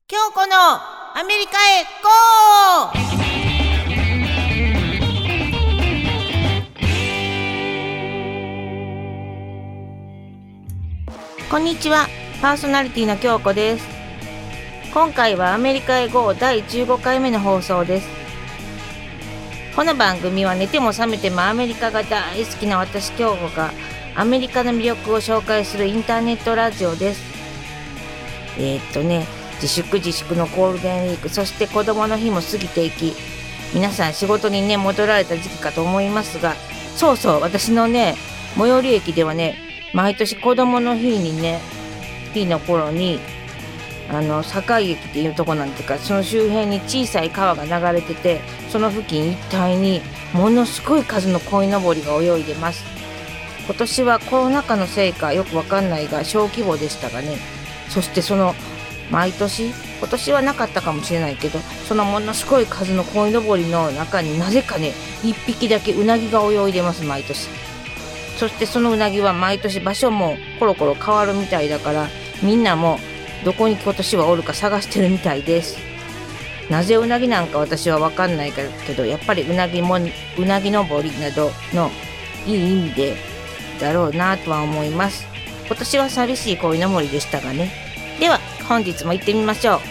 京子のアメリカへゴー。こんにちは、パーソナリティの京子です。今回はアメリカへゴー第15回目の放送です。この番組は寝ても覚めてもアメリカが大好きな私京子がアメリカの魅力を紹介するインターネットラジオです。自粛のゴールデンウィーク、そして子供の日も過ぎていき、皆さん仕事にね戻られた時期かと思いますが、そう私のね最寄り駅ではね、毎年子供の日の頃に堺駅っていうとこなんていうか、その周辺に小さい川が流れてて、その付近一帯にものすごい数の鯉のぼりが泳いでます。今年はコロナ禍のせいかよくわかんないが小規模でしたがね、そしてその毎年、今年はなかったかもしれないけど、そのものすごい数の鯉のぼりの中になぜかね一匹だけウナギが泳いでます、毎年。そしてそのウナギは毎年場所もコロコロ変わるみたいだから、みんなもどこに今年はおるか探してるみたいです。なぜウナギなんか私は分かんないけど、やっぱりウナギのぼりなどのいい意味でだろうなとは思います。今年は寂しい鯉のぼりでしたがね。では本日も行ってみましょう。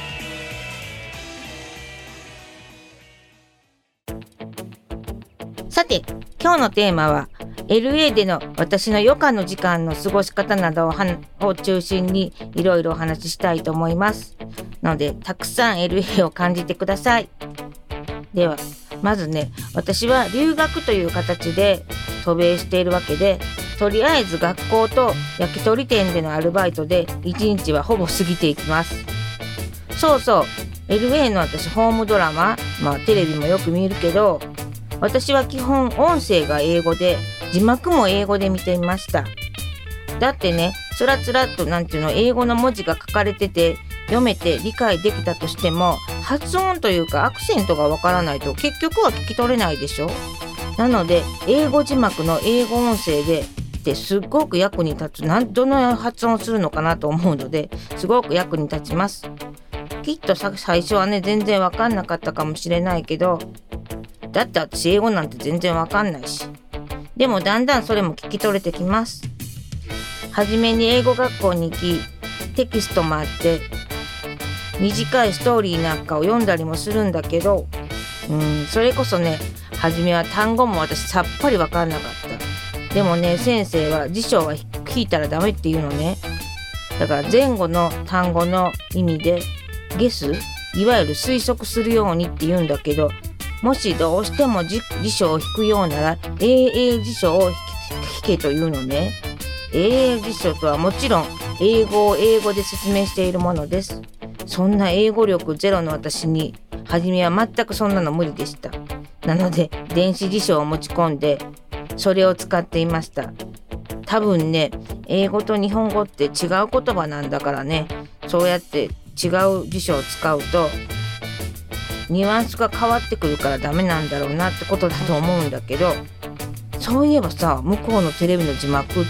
さて、今日のテーマは LA での私の余暇の時間の過ごし方などを中心にいろいろお話ししたいと思います。なのでたくさん LA を感じてください。ではまずね、私は留学という形で渡米しているわけで、とりあえず学校と焼き鳥店でのアルバイトで1日はほぼ過ぎていきます。LA の私ホームドラマ、テレビもよく見るけど、私は基本音声が英語で字幕も英語で見ていました。だってね、つらつらっと英語の文字が書かれてて読めて理解できたとしても、発音というかアクセントがわからないと結局は聞き取れないでしょ。なので英語字幕の英語音声ですっごく役に立つ。どの発音するのかなと思うので、すごく役に立ちます。きっと最初はね全然わかんなかったかもしれないけど、だって私英語なんて全然わかんないし。でもだんだんそれも聞き取れてきます。はじめに英語学校に行き、テキストもあって短いストーリーなんかを読んだりもするんだけど、それこそね、はじめは単語も私さっぱりわかんなかった。でもね、先生は辞書は引いたらダメっていうのね。だから前後の単語の意味でゲス、いわゆる推測するようにって言うんだけど、もしどうしても辞書を引くようなら英辞書を引けというのね。英辞書とはもちろん英語を英語で説明しているものです。そんな英語力ゼロの私に初めは全くそんなの無理でした。なので電子辞書を持ち込んでそれを使っていました。多分ね、英語と日本語って違う言葉なんだからね、そうやって違う辞書を使うとニュアンスが変わってくるからダメなんだろうなってことだと思うんだけど、そういえばさ、向こうのテレビの字幕って、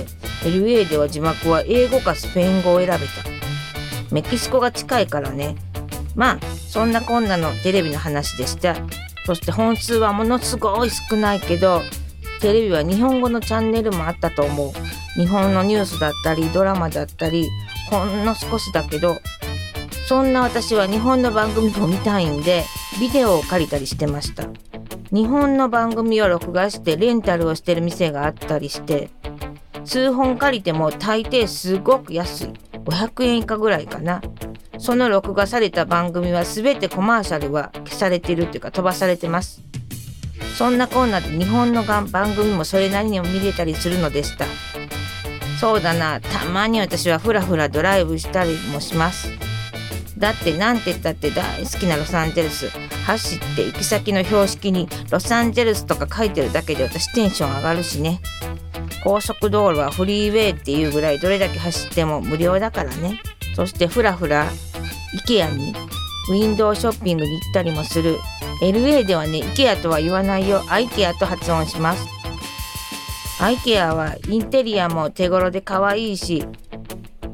LA では字幕は英語かスペイン語を選べた。メキシコが近いからね。そんなこんなのテレビの話でした。そして本数はものすごい少ないけど、テレビは日本語のチャンネルもあったと思う。日本のニュースだったりドラマだったり、ほんの少しだけど、そんな私は日本の番組も見たいんでビデオを借りたりしてました。日本の番組を録画してレンタルをしてる店があったりして、数本借りても大抵すごく安い、500円以下ぐらいかな。その録画された番組は全てコマーシャルは消されてるっていうか飛ばされてます。そんなこんなで日本の番組もそれなりに見れたりするのでした。そうだな、たまに私はふらふらドライブしたりもします。だってなんて言ったって大好きなロサンゼルス、走って行き先の標識にロサンゼルスとか書いてるだけで私テンション上がるしね。高速道路はフリーウェイっていうぐらいどれだけ走っても無料だからね。そしてふらふら IKEA にウィンドウショッピングに行ったりもする。 LA ではね IKEA とは言わないよ、IKEA と発音します。IKEA はインテリアも手頃で可愛いし、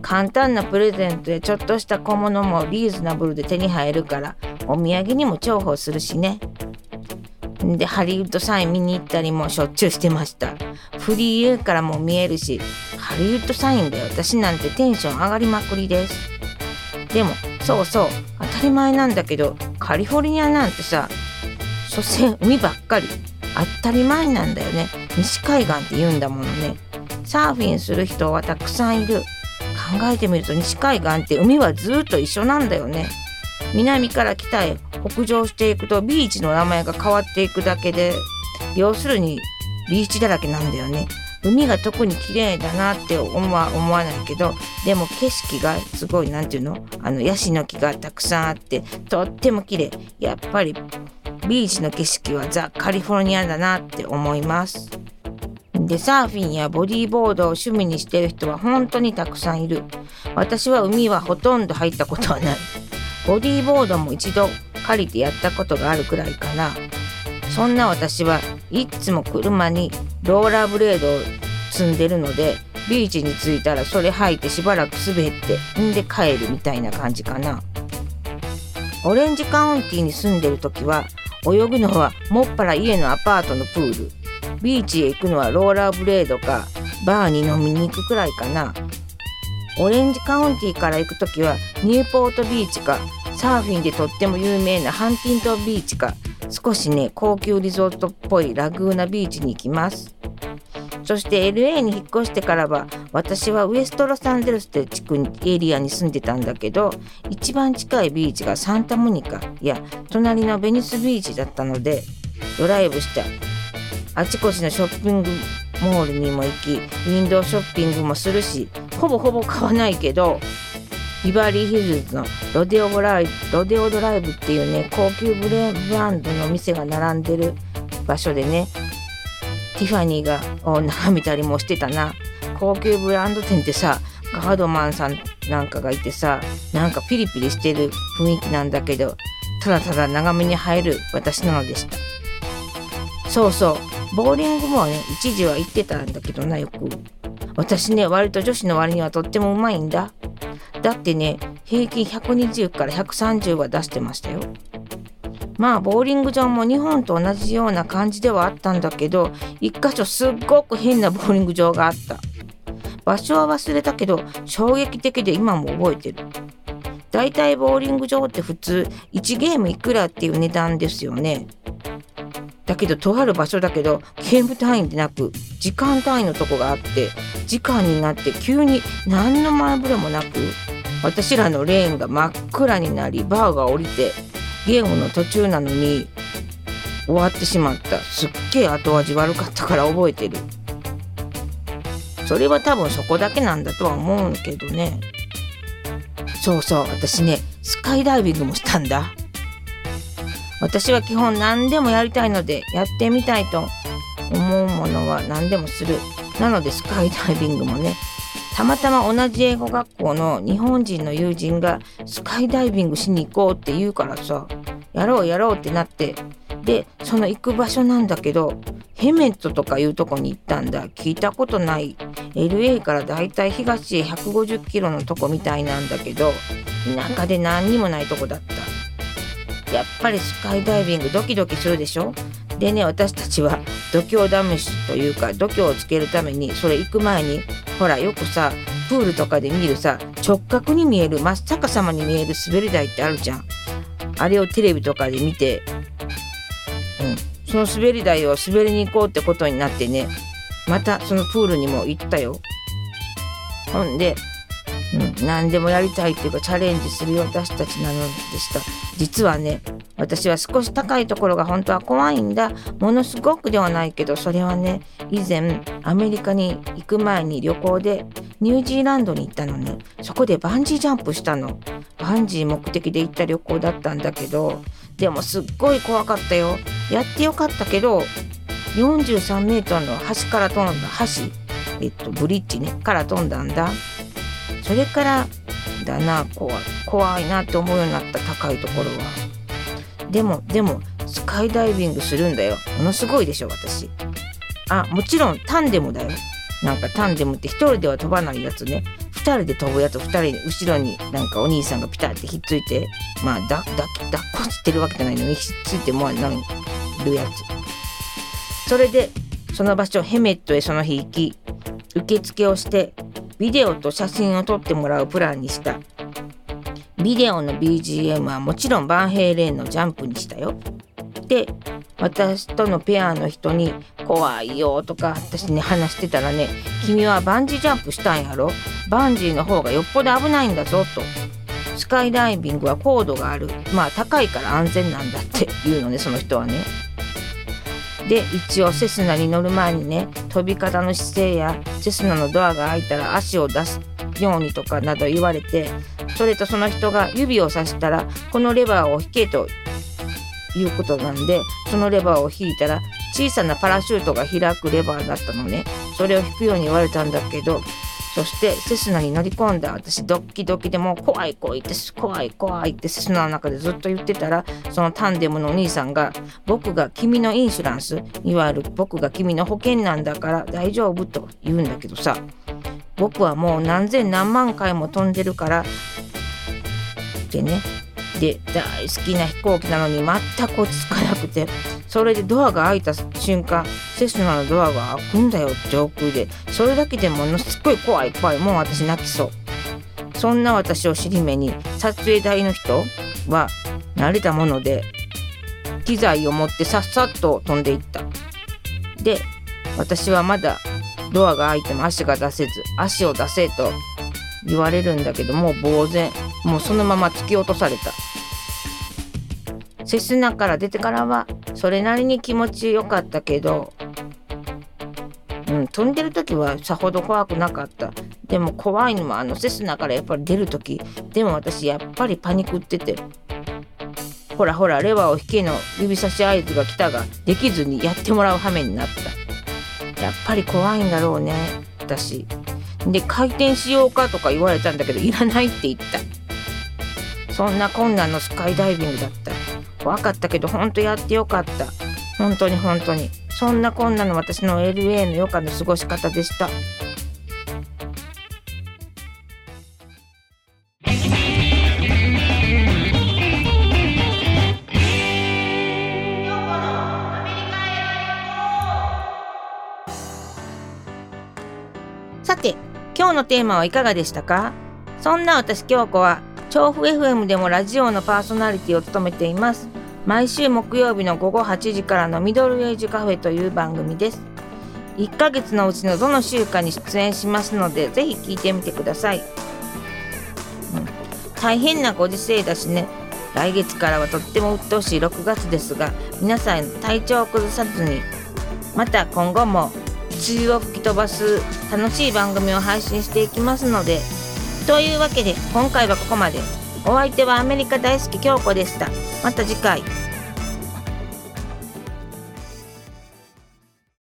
簡単なプレゼントやちょっとした小物もリーズナブルで手に入るからお土産にも重宝するしね。でハリウッドサイン見に行ったりもしょっちゅうしてました。フリー U からも見えるし、ハリウッドサインで私なんてテンション上がりまくりです。でもそうそう、当たり前なんだけどカリフォルニアなんてさ、所詮海ばっかり。当たり前なんだよね。西海岸って言うんだものね。サーフィンする人はたくさんいる。考えてみると西海岸って海はずっと一緒なんだよね。南から北へ北上していくとビーチの名前が変わっていくだけで、要するにビーチだらけなんだよね。海が特に綺麗だなって思わないけど、でも景色がすごい、なんていうの、ヤシの木がたくさんあってとっても綺麗。やっぱりビーチの景色はザ・カリフォルニアだなって思います。でサーフィンやボディーボードを趣味にしている人は本当にたくさんいる。私は海はほとんど入ったことはない。ボディーボードも一度借りてやったことがあるくらいかな。そんな私はいつも車にローラーブレードを積んでるので、ビーチに着いたらそれ履いてしばらく滑ってんで帰るみたいな感じかな。オレンジカウンティに住んでる時は泳ぐのはもっぱら家のアパートのプール、ビーチへ行くのはローラーブレードかバーに飲みに行くくらいかな。オレンジカウンティから行くときはニューポートビーチか、サーフィンでとっても有名なハンティントンビーチか、少しね高級リゾートっぽいラグーナビーチに行きます。そして LA に引っ越してからは、私はウエストロサンゼルスという地区エリアに住んでたんだけど、一番近いビーチがサンタモニカや隣のベニスビーチだったので、ドライブしたあちこちのショッピングモールにも行き、ウィンドウショッピングもするし、ほぼ買わないけど、ビバリーヒルズのロデオドライブっていうね、高級ブランドの店が並んでる場所でね、ティファニーを眺めたりもしてたな。高級ブランド店ってさ、ガードマンさんなんかがいてさ、なんかピリピリしてる雰囲気なんだけど、ただただ眺めに入る私なのでした。そうそう、ボーリングもね一時は行ってたんだけどな。よく私ね、割と女子の割にはとってもうまいんだ。だってね、平均120から130は出してましたよ。まあボーリング場も日本と同じような感じではあったんだけど、一箇所すっごく変なボーリング場があった。場所は忘れたけど衝撃的で今も覚えてる。だいたいボーリング場って普通1ゲームいくらっていう値段ですよね。だけどとある場所だけどゲーム単位でなく時間単位のとこがあって、時間になって急に何の前触れもなく私らのレーンが真っ暗になり、バーが降りてゲームの途中なのに終わってしまった。すっげえ後味悪かったから覚えてる。それは多分そこだけなんだとは思うけどね。そうそう、私ねスカイダイビングもしたんだ。私は基本何でもやりたいので、やってみたいと思うものは何でもする。なのでスカイダイビングもね、たまたま同じ英語学校の日本人の友人がスカイダイビングしに行こうって言うからさ、やろうってなって、でその行く場所なんだけど、ヘメットとかいうとこに行ったんだ。聞いたことない LA からだいたい東へ150キロのとこみたいなんだけど、田舎で何にもないとこだった。やっぱりスカイダイビングドキドキするでしょ。でね、私たちは度胸試しというか度胸をつけるために、それ行く前にほらよくさプールとかで見るさ、直角に見える真っ逆さまに見える滑り台ってあるじゃん。あれをテレビとかで見て、その滑り台を滑りに行こうってことになってね、またそのプールにも行ったよ。ほんで、何でもやりたいっていうかチャレンジする私たちなのでした。実はね、私は少し高いところが本当は怖いんだ。ものすごくではないけど、それはね、以前アメリカに行く前に旅行でニュージーランドに行ったのね。そこでバンジージャンプしたの。バンジー目的で行った旅行だったんだけど、でもすっごい怖かったよ。やってよかったけど、43メートルの橋から飛んだブリッジねから飛んだんだ。それからだな、怖いなって思うようになった、高いところは。でもスカイダイビングするんだよ。ものすごいでしょ私。もちろんタンデムだよ。なんかタンデムって一人では飛ばないやつね。 2人で飛ぶやつ、2人で後ろになんかお兄さんがピタってひっついて、まあ抱っこしてるわけじゃないのにひっついてもうなんるやつ。それでその場所ヘメットへその日行き、受付をしてビデオと写真を撮ってもらうプランにした。ビデオの BGM はもちろんバンヘイレンのジャンプにしたよ。で私とのペアの人に怖いよとか私に話してたらね、君はバンジージャンプしたんやろ、バンジーの方がよっぽど危ないんだぞと。スカイダイビングは高度がある、まあ高いから安全なんだって言うのね、その人はね。で一応セスナに乗る前にね、飛び方の姿勢やセスナのドアが開いたら足を出すようにとかなど言われて、それとその人が指をさしたらこのレバーを引けということなんで、そのレバーを引いたら小さなパラシュートが開くレバーだったのね。それを引くように言われたんだけど、そしてセスナに乗り込んだ私ドッキドキで、もう怖いってセスナの中でずっと言ってたら、そのタンデムのお兄さんが、僕が君のインシュランス、いわゆる僕が君の保険なんだから大丈夫と言うんだけどさ、僕はもう何千何万回も飛んでるからってね。で大好きな飛行機なのに全く落ち着かなくて、それでドアが開いた瞬間、セスナのドアが開くんだよ、上空で。それだけでものすっごい怖い、もう私泣きそう。そんな私を尻目に撮影隊の人は慣れたもので機材を持ってさっさっと飛んでいった。で私はまだドアが開いても足が出せず、足を出せと言われるんだけど、もう呆然、もうそのまま突き落とされた。セスナから出てからはそれなりに気持ちよかったけど、飛んでる時はさほど怖くなかった。でも怖いのはセスナからやっぱり出る時でも、私やっぱりパニクってて、ほらレバーを引けの指差し合図が来たができずにやってもらう羽目になった。やっぱり怖いんだろうね私で、回転しようかとか言われたんだけど、いらないって言った。そんな困難のスカイダイビングだった。怖かったけど本当やってよかった。本当にそんな困難の私の LA の余暇の過ごし方でした。さて今日のテーマはいかがでしたか？そんな私京子は調布 FM でもラジオのパーソナリティを務めています。毎週木曜日の午後8時からのミドルエイジカフェという番組です。1ヶ月のうちのどの週かに出演しますので、ぜひ聞いてみてください。大変なご時世だしね、来月からはとっても鬱陶しい6月ですが、皆さん体調を崩さずに、また今後も梅雨を吹き飛ばす楽しい番組を配信していきますので、というわけで今回はここまで。お相手はアメリカ大好き京子でした。また次回。